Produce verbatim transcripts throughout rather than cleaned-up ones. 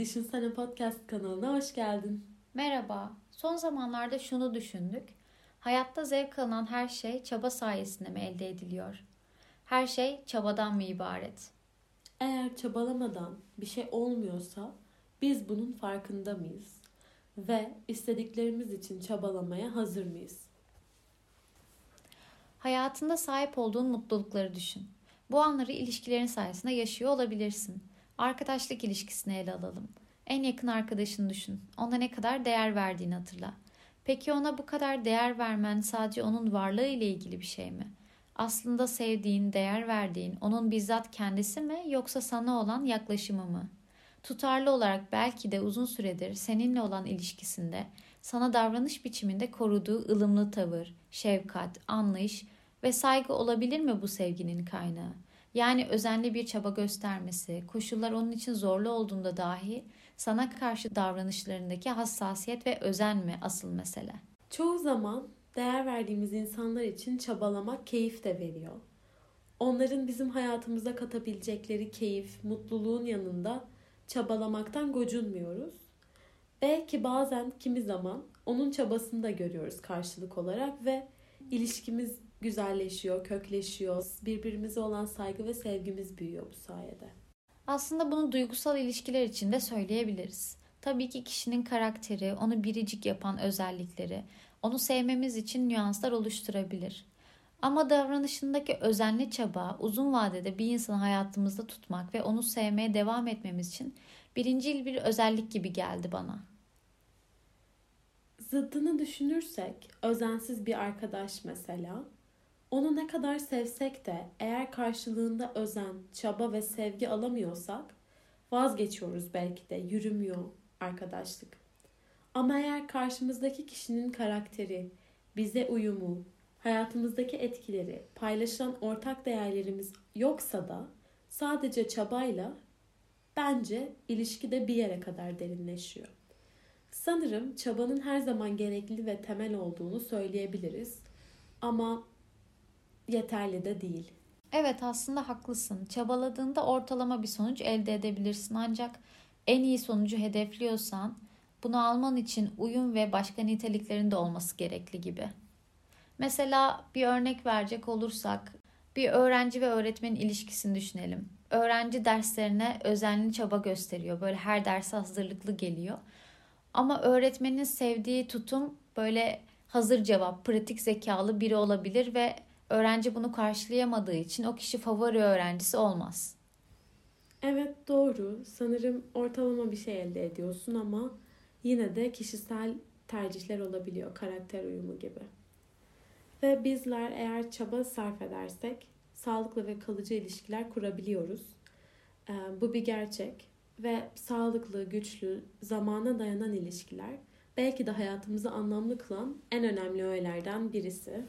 Bir Düşünsene Podcast kanalına hoş geldin. Merhaba. Son zamanlarda şunu düşündük. Hayatta zevk alınan her şey çaba sayesinde mi elde ediliyor? Her şey çabadan mı ibaret? Eğer çabalamadan bir şey olmuyorsa biz bunun farkında mıyız? Ve istediklerimiz için çabalamaya hazır mıyız? Hayatında sahip olduğun mutlulukları düşün. Bu anları ilişkilerin sayesinde yaşıyor olabilirsin. Arkadaşlık ilişkisini ele alalım. En yakın arkadaşını düşün. Ona ne kadar değer verdiğini hatırla. Peki ona bu kadar değer vermen sadece onun varlığı ile ilgili bir şey mi? Aslında sevdiğin, değer verdiğin onun bizzat kendisi mi yoksa sana olan yaklaşımı mı? Tutarlı olarak belki de uzun süredir seninle olan ilişkisinde sana davranış biçiminde koruduğu ılımlı tavır, şefkat, anlayış ve saygı olabilir mi bu sevginin kaynağı? Yani özenli bir çaba göstermesi, koşullar onun için zorlu olduğunda dahi sana karşı davranışlarındaki hassasiyet ve özen mi asıl mesele? Çoğu zaman değer verdiğimiz insanlar için çabalamak keyif de veriyor. Onların bizim hayatımıza katabilecekleri keyif, mutluluğun yanında çabalamaktan gocunmuyoruz. Belki bazen kimi zaman onun çabasını da görüyoruz karşılık olarak ve ilişkimiz güzelleşiyor, kökleşiyor. Birbirimize olan saygı ve sevgimiz büyüyor bu sayede. Aslında bunu duygusal ilişkiler için de söyleyebiliriz. Tabii ki kişinin karakteri, onu biricik yapan özellikleri, onu sevmemiz için nüanslar oluşturabilir. Ama davranışındaki özenli çaba uzun vadede bir insanı hayatımızda tutmak ve onu sevmeye devam etmemiz için birincil bir özellik gibi geldi bana. Zıddını düşünürsek, özensiz bir arkadaş mesela, onu ne kadar sevsek de eğer karşılığında özen, çaba ve sevgi alamıyorsak vazgeçiyoruz belki de, yürümüyor arkadaşlık. Ama eğer karşımızdaki kişinin karakteri, bize uyumu, hayatımızdaki etkileri, paylaşılan ortak değerlerimiz yoksa da sadece çabayla bence ilişki de bir yere kadar derinleşiyor. Sanırım çabanın her zaman gerekli ve temel olduğunu söyleyebiliriz. Ama yeterli de değil. Evet, aslında haklısın. Çabaladığında ortalama bir sonuç elde edebilirsin. Ancak en iyi sonucu hedefliyorsan bunu alman için uyum ve başka niteliklerin de olması gerekli gibi. Mesela bir örnek verecek olursak bir öğrenci ve öğretmenin ilişkisini düşünelim. Öğrenci derslerine özenli çaba gösteriyor. Böyle her derse hazırlıklı geliyor. Ama öğretmenin sevdiği tutum böyle hazır cevap, pratik zekalı biri olabilir ve öğrenci bunu karşılayamadığı için o kişi favori öğrencisi olmaz. Evet, doğru. Sanırım ortalama bir şey elde ediyorsun ama yine de kişisel tercihler olabiliyor, karakter uyumu gibi. Ve bizler eğer çaba sarf edersek sağlıklı ve kalıcı ilişkiler kurabiliyoruz. Ee, bu bir gerçek ve sağlıklı, güçlü, zamana dayanan ilişkiler belki de hayatımızı anlamlı kılan en önemli öğelerden birisi.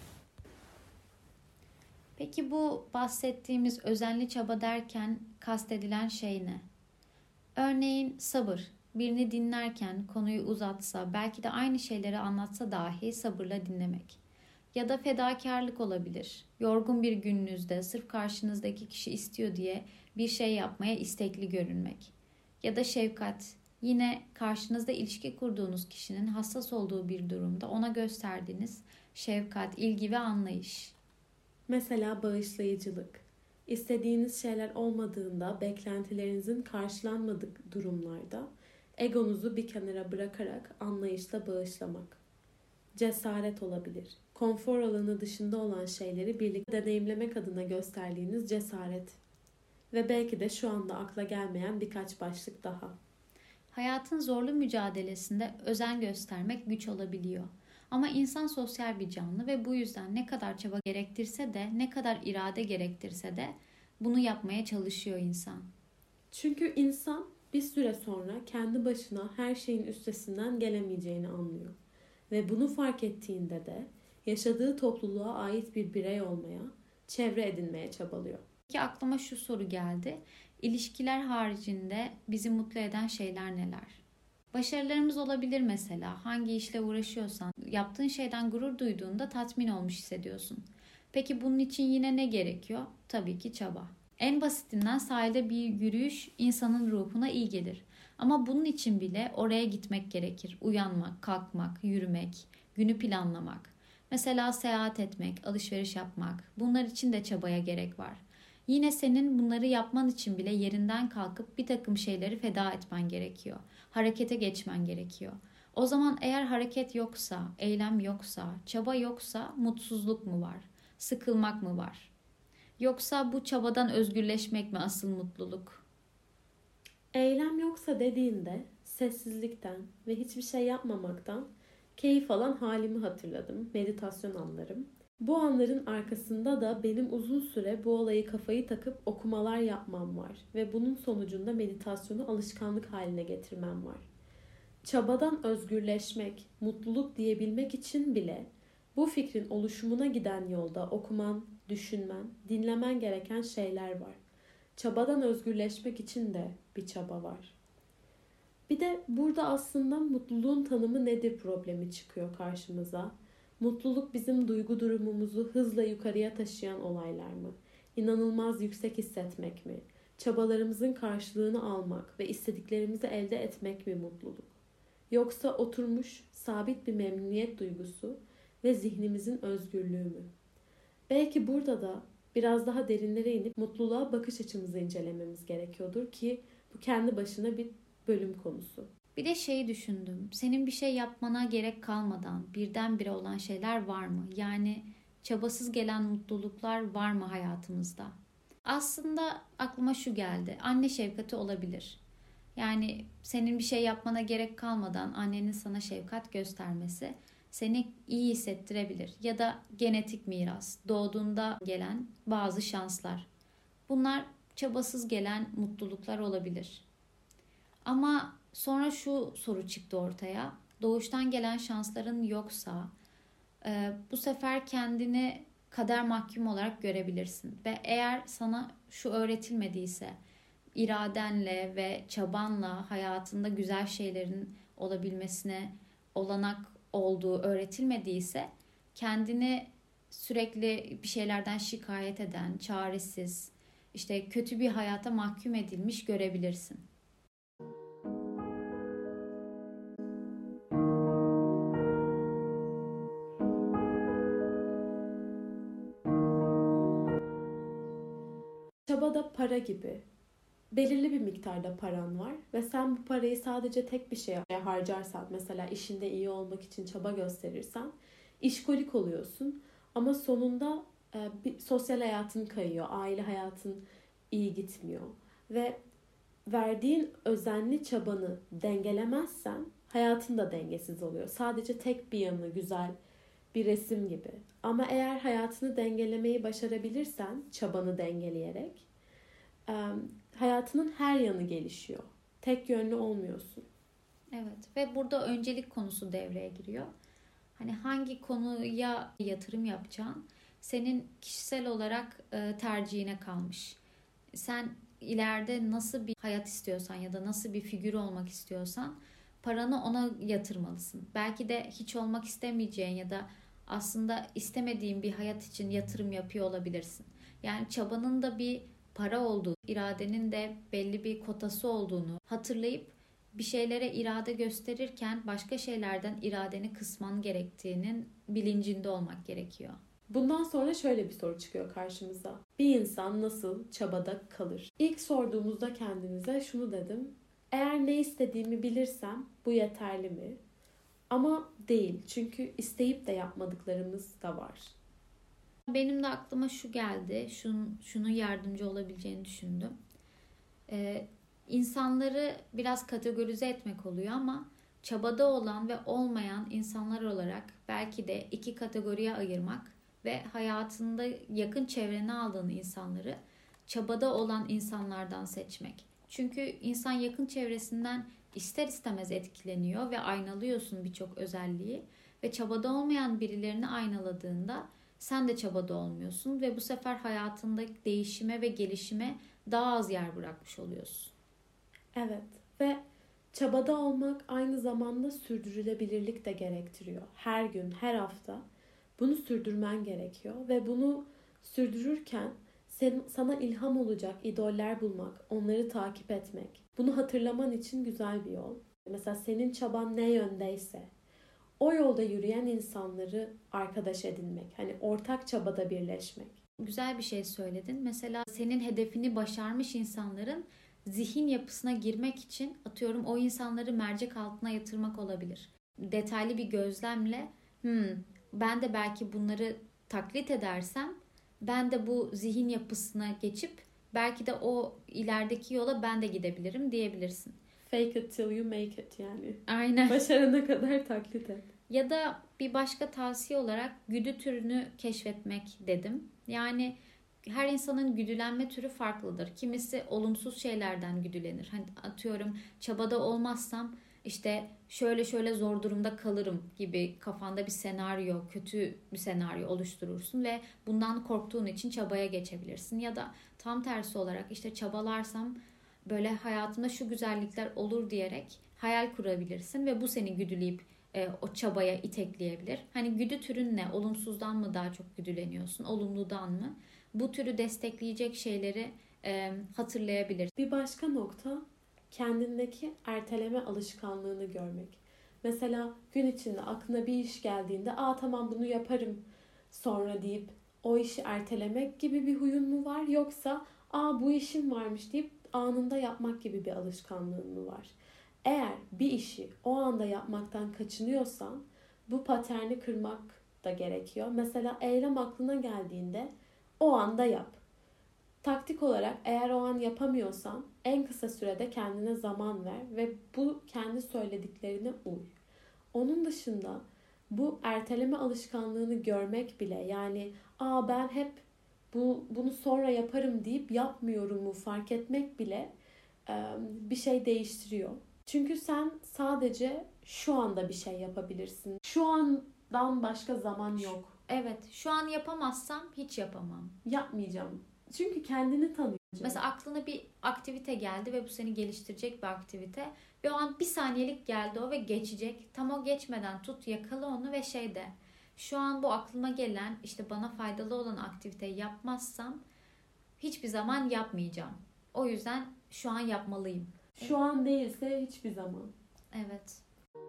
Peki bu bahsettiğimiz özenli çaba derken kastedilen şey ne? Örneğin sabır. Birini dinlerken konuyu uzatsa, belki de aynı şeyleri anlatsa dahi sabırla dinlemek. Ya da fedakarlık olabilir. Yorgun bir gününüzde sırf karşınızdaki kişi istiyor diye bir şey yapmaya istekli görünmek. Ya da şefkat. Yine karşınızda ilişki kurduğunuz kişinin hassas olduğu bir durumda ona gösterdiğiniz şefkat, ilgi ve anlayış. Mesela bağışlayıcılık. İstediğiniz şeyler olmadığında, beklentilerinizin karşılanmadık durumlarda egonuzu bir kenara bırakarak anlayışla bağışlamak. Cesaret olabilir. Konfor alanı dışında olan şeyleri birlikte deneyimlemek adına gösterdiğiniz cesaret. Ve belki de şu anda akla gelmeyen birkaç başlık daha. Hayatın zorlu mücadelesinde özen göstermek güç olabiliyor. Ama insan sosyal bir canlı ve bu yüzden ne kadar çaba gerektirse de, ne kadar irade gerektirse de bunu yapmaya çalışıyor insan. Çünkü insan bir süre sonra kendi başına her şeyin üstesinden gelemeyeceğini anlıyor. Ve bunu fark ettiğinde de yaşadığı topluluğa ait bir birey olmaya, çevre edinmeye çabalıyor. Peki aklıma şu soru geldi. İlişkiler haricinde bizi mutlu eden şeyler neler? Başarılarımız olabilir mesela. Hangi işle uğraşıyorsan, yaptığın şeyden gurur duyduğunda tatmin olmuş hissediyorsun. Peki bunun için yine ne gerekiyor? Tabii ki çaba. En basitinden sahilde bir yürüyüş insanın ruhuna iyi gelir. Ama bunun için bile oraya gitmek gerekir. Uyanmak, kalkmak, yürümek, günü planlamak. Mesela seyahat etmek, alışveriş yapmak. Bunlar için de çabaya gerek var. Yine senin bunları yapman için bile yerinden kalkıp bir takım şeyleri feda etmen gerekiyor. Harekete geçmen gerekiyor. O zaman eğer hareket yoksa, eylem yoksa, çaba yoksa mutsuzluk mu var? Sıkılmak mı var? Yoksa bu çabadan özgürleşmek mi asıl mutluluk? Eylem yoksa dediğinde sessizlikten ve hiçbir şey yapmamaktan keyif alan halimi hatırladım, meditasyon anlarım. Bu anların arkasında da benim uzun süre bu olayı kafayı takıp okumalar yapmam var ve bunun sonucunda meditasyonu alışkanlık haline getirmem var. Çabadan özgürleşmek, mutluluk diyebilmek için bile bu fikrin oluşumuna giden yolda okuman, düşünmen, dinlemen gereken şeyler var. Çabadan özgürleşmek için de bir çaba var. Bir de burada aslında mutluluğun tanımı nedir problemi çıkıyor karşımıza. Mutluluk bizim duygu durumumuzu hızla yukarıya taşıyan olaylar mı? İnanılmaz yüksek hissetmek mi? Çabalarımızın karşılığını almak ve istediklerimizi elde etmek mi mutluluk? Yoksa oturmuş sabit bir memnuniyet duygusu ve zihnimizin özgürlüğü mü? Belki burada da biraz daha derinlere inip mutluluğa bakış açımızı incelememiz gerekiyordur ki bu kendi başına bir bölüm konusu. Bir de şeyi düşündüm. Senin bir şey yapmana gerek kalmadan birdenbire olan şeyler var mı? Yani çabasız gelen mutluluklar var mı hayatımızda? Aslında aklıma şu geldi. Anne şefkati olabilir. Yani senin bir şey yapmana gerek kalmadan annenin sana şefkat göstermesi seni iyi hissettirebilir. Ya da genetik miras, doğduğunda gelen bazı şanslar. Bunlar çabasız gelen mutluluklar olabilir. Ama sonra şu soru çıktı ortaya. Doğuştan gelen şansların yoksa e, bu sefer kendini kader mahkum olarak görebilirsin. Ve eğer sana şu öğretilmediyse, iradenle ve çabanla hayatında güzel şeylerin olabilmesine olanak olduğu öğretilmediyse, kendini sürekli bir şeylerden şikayet eden, çaresiz, işte kötü bir hayata mahkum edilmiş görebilirsin. Çaba da para gibi. Belirli bir miktarda paran var ve sen bu parayı sadece tek bir şeye harcarsan, mesela işinde iyi olmak için çaba gösterirsen, işkolik oluyorsun. Ama sonunda e, bir sosyal hayatın kayıyor, aile hayatın iyi gitmiyor. Ve verdiğin özenli çabanı dengelemezsen hayatın da dengesiz oluyor. Sadece tek bir yanı güzel bir resim gibi. Ama eğer hayatını dengelemeyi başarabilirsen, çabanı dengeleyerek, hayatının her yanı gelişiyor. Tek yönlü olmuyorsun. Evet ve burada öncelik konusu devreye giriyor. Hani hangi konuya yatırım yapacağın senin kişisel olarak tercihine kalmış. Sen ileride nasıl bir hayat istiyorsan ya da nasıl bir figür olmak istiyorsan paranı ona yatırmalısın. Belki de hiç olmak istemeyeceğin ya da aslında istemediğin bir hayat için yatırım yapıyor olabilirsin. Yani çabanın da bir para olduğu, iradenin de belli bir kotası olduğunu hatırlayıp bir şeylere irade gösterirken başka şeylerden iradeni kısman gerektiğinin bilincinde olmak gerekiyor. Bundan sonra şöyle bir soru çıkıyor karşımıza. Bir insan nasıl çabada kalır? İlk sorduğumuzda kendimize şunu dedim. Eğer ne istediğimi bilirsem bu yeterli mi? Ama değil. Çünkü isteyip de yapmadıklarımız da var. Benim de aklıma şu geldi. Şunun, şunun yardımcı olabileceğini düşündüm. Ee, insanları biraz kategorize etmek oluyor ama çabada olan ve olmayan insanlar olarak belki de iki kategoriye ayırmak ve hayatında yakın çevrene aldığın insanları çabada olan insanlardan seçmek. Çünkü insan yakın çevresinden ister istemez etkileniyor ve aynalıyorsun birçok özelliği ve çabada olmayan birilerini aynaladığında sen de çabada olmuyorsun ve bu sefer hayatında değişime ve gelişime daha az yer bırakmış oluyorsun. Evet ve çabada olmak aynı zamanda sürdürülebilirlik de gerektiriyor. Her gün, her hafta bunu sürdürmen gerekiyor ve bunu sürdürürken Sen, sana ilham olacak idoller bulmak, onları takip etmek. Bunu hatırlaman için güzel bir yol. Mesela senin çaban ne yöndeyse o yolda yürüyen insanları arkadaş edinmek. Hani ortak çabada birleşmek. Güzel bir şey söyledin. Mesela senin hedefini başarmış insanların zihin yapısına girmek için atıyorum o insanları mercek altına yatırmak olabilir. Detaylı bir gözlemle hmm, ben de belki bunları taklit edersem ben de bu zihin yapısına geçip belki de o ilerideki yola ben de gidebilirim diyebilirsin. Fake it till you make it yani. Aynen. Başarana kadar taklit et. Ya da bir başka tavsiye olarak güdü türünü keşfetmek dedim. Yani her insanın güdülenme türü farklıdır. Kimisi olumsuz şeylerden güdülenir. Hani atıyorum çabada olmazsam işte şöyle şöyle zor durumda kalırım gibi kafanda bir senaryo, kötü bir senaryo oluşturursun ve bundan korktuğun için çabaya geçebilirsin. Ya da tam tersi olarak işte çabalarsam böyle hayatımda şu güzellikler olur diyerek hayal kurabilirsin ve bu seni güdüleyip e, o çabaya itekleyebilir. Hani güdü türün ne? Olumsuzdan mı daha çok güdüleniyorsun? Olumludan mı? Bu türü destekleyecek şeyleri e, hatırlayabilir. Bir başka nokta kendindeki erteleme alışkanlığını görmek. Mesela gün içinde aklına bir iş geldiğinde aa tamam bunu yaparım sonra deyip o işi ertelemek gibi bir huyun mu var? Yoksa aa bu işim varmış deyip anında yapmak gibi bir alışkanlığın mı var? Eğer bir işi o anda yapmaktan kaçınıyorsan bu paterni kırmak da gerekiyor. Mesela eylem aklına geldiğinde o anda yap. Taktik olarak eğer o an yapamıyorsan en kısa sürede kendine zaman ver ve bu kendi söylediklerine uy. Onun dışında bu erteleme alışkanlığını görmek bile yani aa ben hep bu bunu sonra yaparım deyip yapmıyorumu fark etmek bile e, bir şey değiştiriyor. Çünkü sen sadece şu anda bir şey yapabilirsin. Şu andan başka zaman yok. Evet, şu an yapamazsam hiç yapamam. Yapmayacağım. Çünkü kendini tanıyorsun. Mesela aklına bir aktivite geldi ve bu seni geliştirecek bir aktivite. Ve o an bir saniyelik geldi o ve geçecek. Tam o geçmeden tut, yakala onu ve şey de. Şu an bu aklıma gelen işte bana faydalı olan aktiviteyi yapmazsam hiçbir zaman yapmayacağım. O yüzden şu an yapmalıyım. Şu an değilse hiçbir zaman. Evet.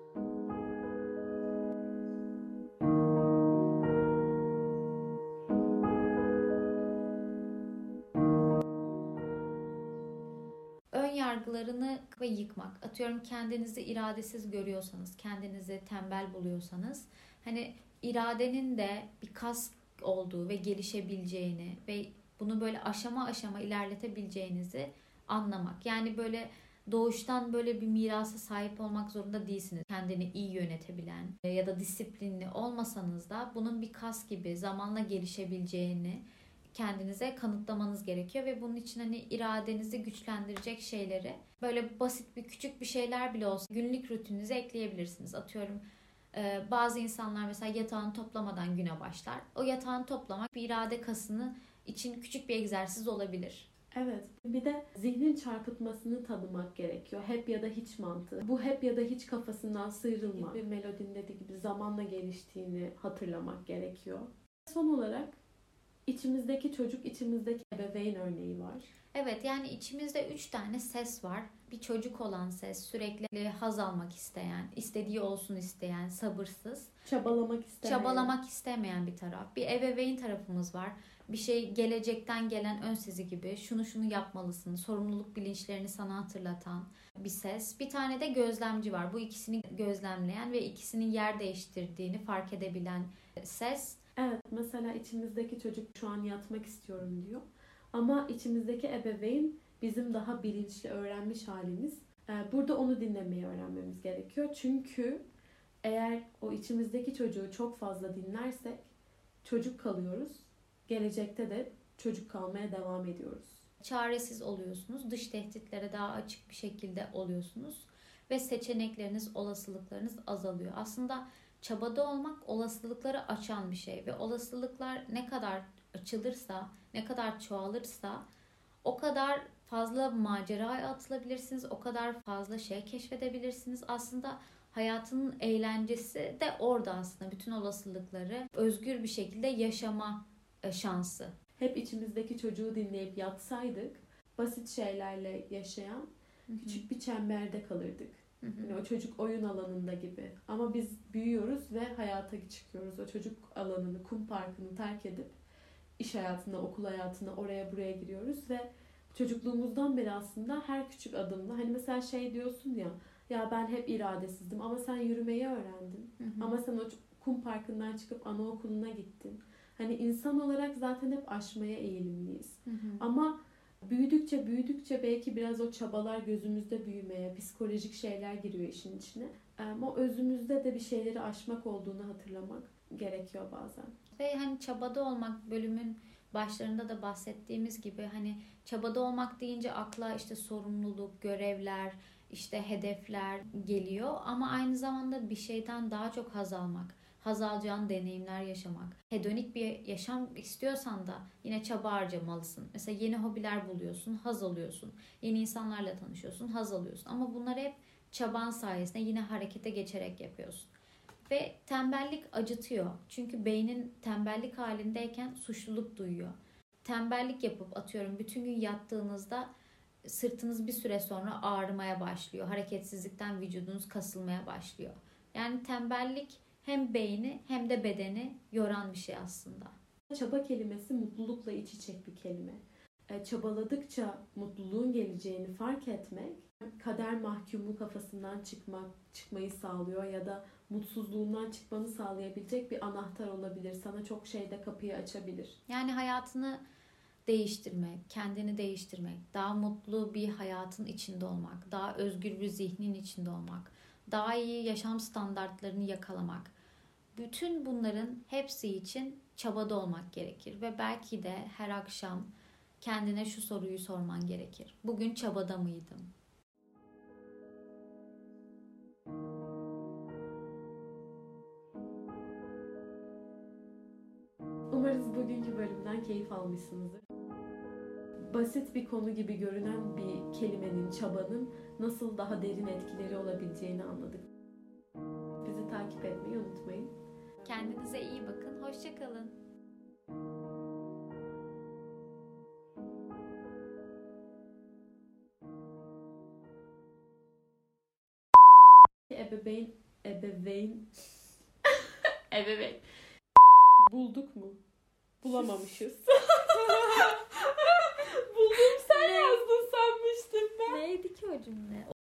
Ön yargılarını ve yıkmak. Atıyorum kendinizi iradesiz görüyorsanız, kendinizi tembel buluyorsanız, hani iradenin de bir kas olduğu ve gelişebileceğini ve bunu böyle aşama aşama ilerletebileceğinizi anlamak. Yani böyle doğuştan böyle bir mirasa sahip olmak zorunda değilsiniz. Kendini iyi yönetebilen ya da disiplinli olmasanız da bunun bir kas gibi zamanla gelişebileceğini kendinize kanıtlamanız gerekiyor ve bunun için hani iradenizi güçlendirecek şeyleri böyle basit bir küçük bir şeyler bile olsa günlük rutininize ekleyebilirsiniz. Atıyorum bazı insanlar mesela yatağını toplamadan güne başlar. O yatağını toplamak bir irade kasını için küçük bir egzersiz olabilir. Evet. Bir de zihnin çarpıtmasını tanımak gerekiyor. Hep ya da hiç mantığı. Bu hep ya da hiç kafasından sıyrılmak. Bir melodinin dediği gibi zamanla geliştiğini hatırlamak gerekiyor. Son olarak içimizdeki çocuk, içimizdeki ebeveyn örneği var. Evet, yani içimizde üç tane ses var. Bir çocuk olan ses, sürekli haz almak isteyen, istediği olsun isteyen, sabırsız. Çabalamak istemeyen. Çabalamak istemeyen bir taraf. Bir ebeveyn tarafımız var. Bir şey gelecekten gelen ön sezi gibi şunu şunu yapmalısın, sorumluluk bilinçlerini sana hatırlatan bir ses. Bir tane de gözlemci var. Bu ikisini gözlemleyen ve ikisinin yer değiştirdiğini fark edebilen ses. Evet, mesela içimizdeki çocuk şu an yatmak istiyorum diyor. Ama içimizdeki ebeveyn bizim daha bilinçli öğrenmiş halimiz. Burada onu dinlemeyi öğrenmemiz gerekiyor. Çünkü eğer o içimizdeki çocuğu çok fazla dinlersek çocuk kalıyoruz. Gelecekte de çocuk kalmaya devam ediyoruz. Çaresiz oluyorsunuz. Dış tehditlere daha açık bir şekilde oluyorsunuz. Ve seçenekleriniz, olasılıklarınız azalıyor. Aslında çabada olmak olasılıkları açan bir şey. Ve olasılıklar ne kadar açılırsa, ne kadar çoğalırsa o kadar fazla maceraya atılabilirsiniz. O kadar fazla şey keşfedebilirsiniz. Aslında hayatının eğlencesi de orada aslında. Bütün olasılıkları özgür bir şekilde yaşama şansı. hep içimizdeki çocuğu dinleyip yatsaydık, basit şeylerle yaşayan küçük bir çemberde kalırdık. Yani o çocuk oyun alanında gibi. Ama biz büyüyoruz ve hayata çıkıyoruz. O çocuk alanını, kum parkını terk edip iş hayatına, okul hayatına, oraya buraya giriyoruz ve çocukluğumuzdan beri aslında her küçük adımda, hani mesela şey diyorsun ya, ya ben hep iradesizdim ama sen yürümeyi öğrendin. Hı hı. Ama sen o kum parkından çıkıp anaokuluna gittin. Hani insan olarak zaten hep aşmaya eğilimliyiz. Hı hı. Ama büyüdükçe büyüdükçe belki biraz o çabalar gözümüzde büyümeye, psikolojik şeyler giriyor işin içine. Ama özümüzde de bir şeyleri aşmak olduğunu hatırlamak gerekiyor bazen. Ve hani çabada olmak, bölümün başlarında da bahsettiğimiz gibi, hani çabada olmak deyince akla işte sorumluluk, görevler, işte hedefler geliyor. Ama aynı zamanda bir şeyden daha çok haz almak, haz alacağın deneyimler yaşamak. Hedonik bir yaşam istiyorsan da yine çaba harcamalısın. Mesela yeni hobiler buluyorsun, haz alıyorsun. Yeni insanlarla tanışıyorsun, haz alıyorsun. Ama bunları hep çaban sayesinde yine harekete geçerek yapıyorsun. Ve tembellik acıtıyor. Çünkü beynin tembellik halindeyken suçluluk duyuyor. Tembellik yapıp atıyorum bütün gün yattığınızda sırtınız bir süre sonra ağrımaya başlıyor. Hareketsizlikten vücudunuz kasılmaya başlıyor. Yani tembellik hem beyni hem de bedeni yoran bir şey aslında. Çaba kelimesi mutlulukla iç içe bir kelime. E, çabaladıkça mutluluğun geleceğini fark etmek, kader mahkumu kafasından çıkmak, çıkmayı sağlıyor ya da mutsuzluğundan çıkmanı sağlayabilecek bir anahtar olabilir. Sana çok şeyde kapıyı açabilir. Yani hayatını değiştirmek, kendini değiştirmek, daha mutlu bir hayatın içinde olmak, daha özgür bir zihnin içinde olmak, daha iyi yaşam standartlarını yakalamak. Bütün bunların hepsi için çabada olmak gerekir ve belki de her akşam kendine şu soruyu sorman gerekir. Bugün çabada mıydım? Umarız bugünkü bölümden keyif almışsınızdır. Basit bir konu gibi görünen bir kelimenin, çabanın nasıl daha derin etkileri olabileceğini anladık. Bizi takip etmeyi unutmayın. Kendinize iyi bakın. Hoşça kalın. Ebeveyn, ebeveyn, ebeveyn. Bulduk mu? Bulamamışız. Buldum, sen yazdın sanmıştım ben. Neydi ki o cümle?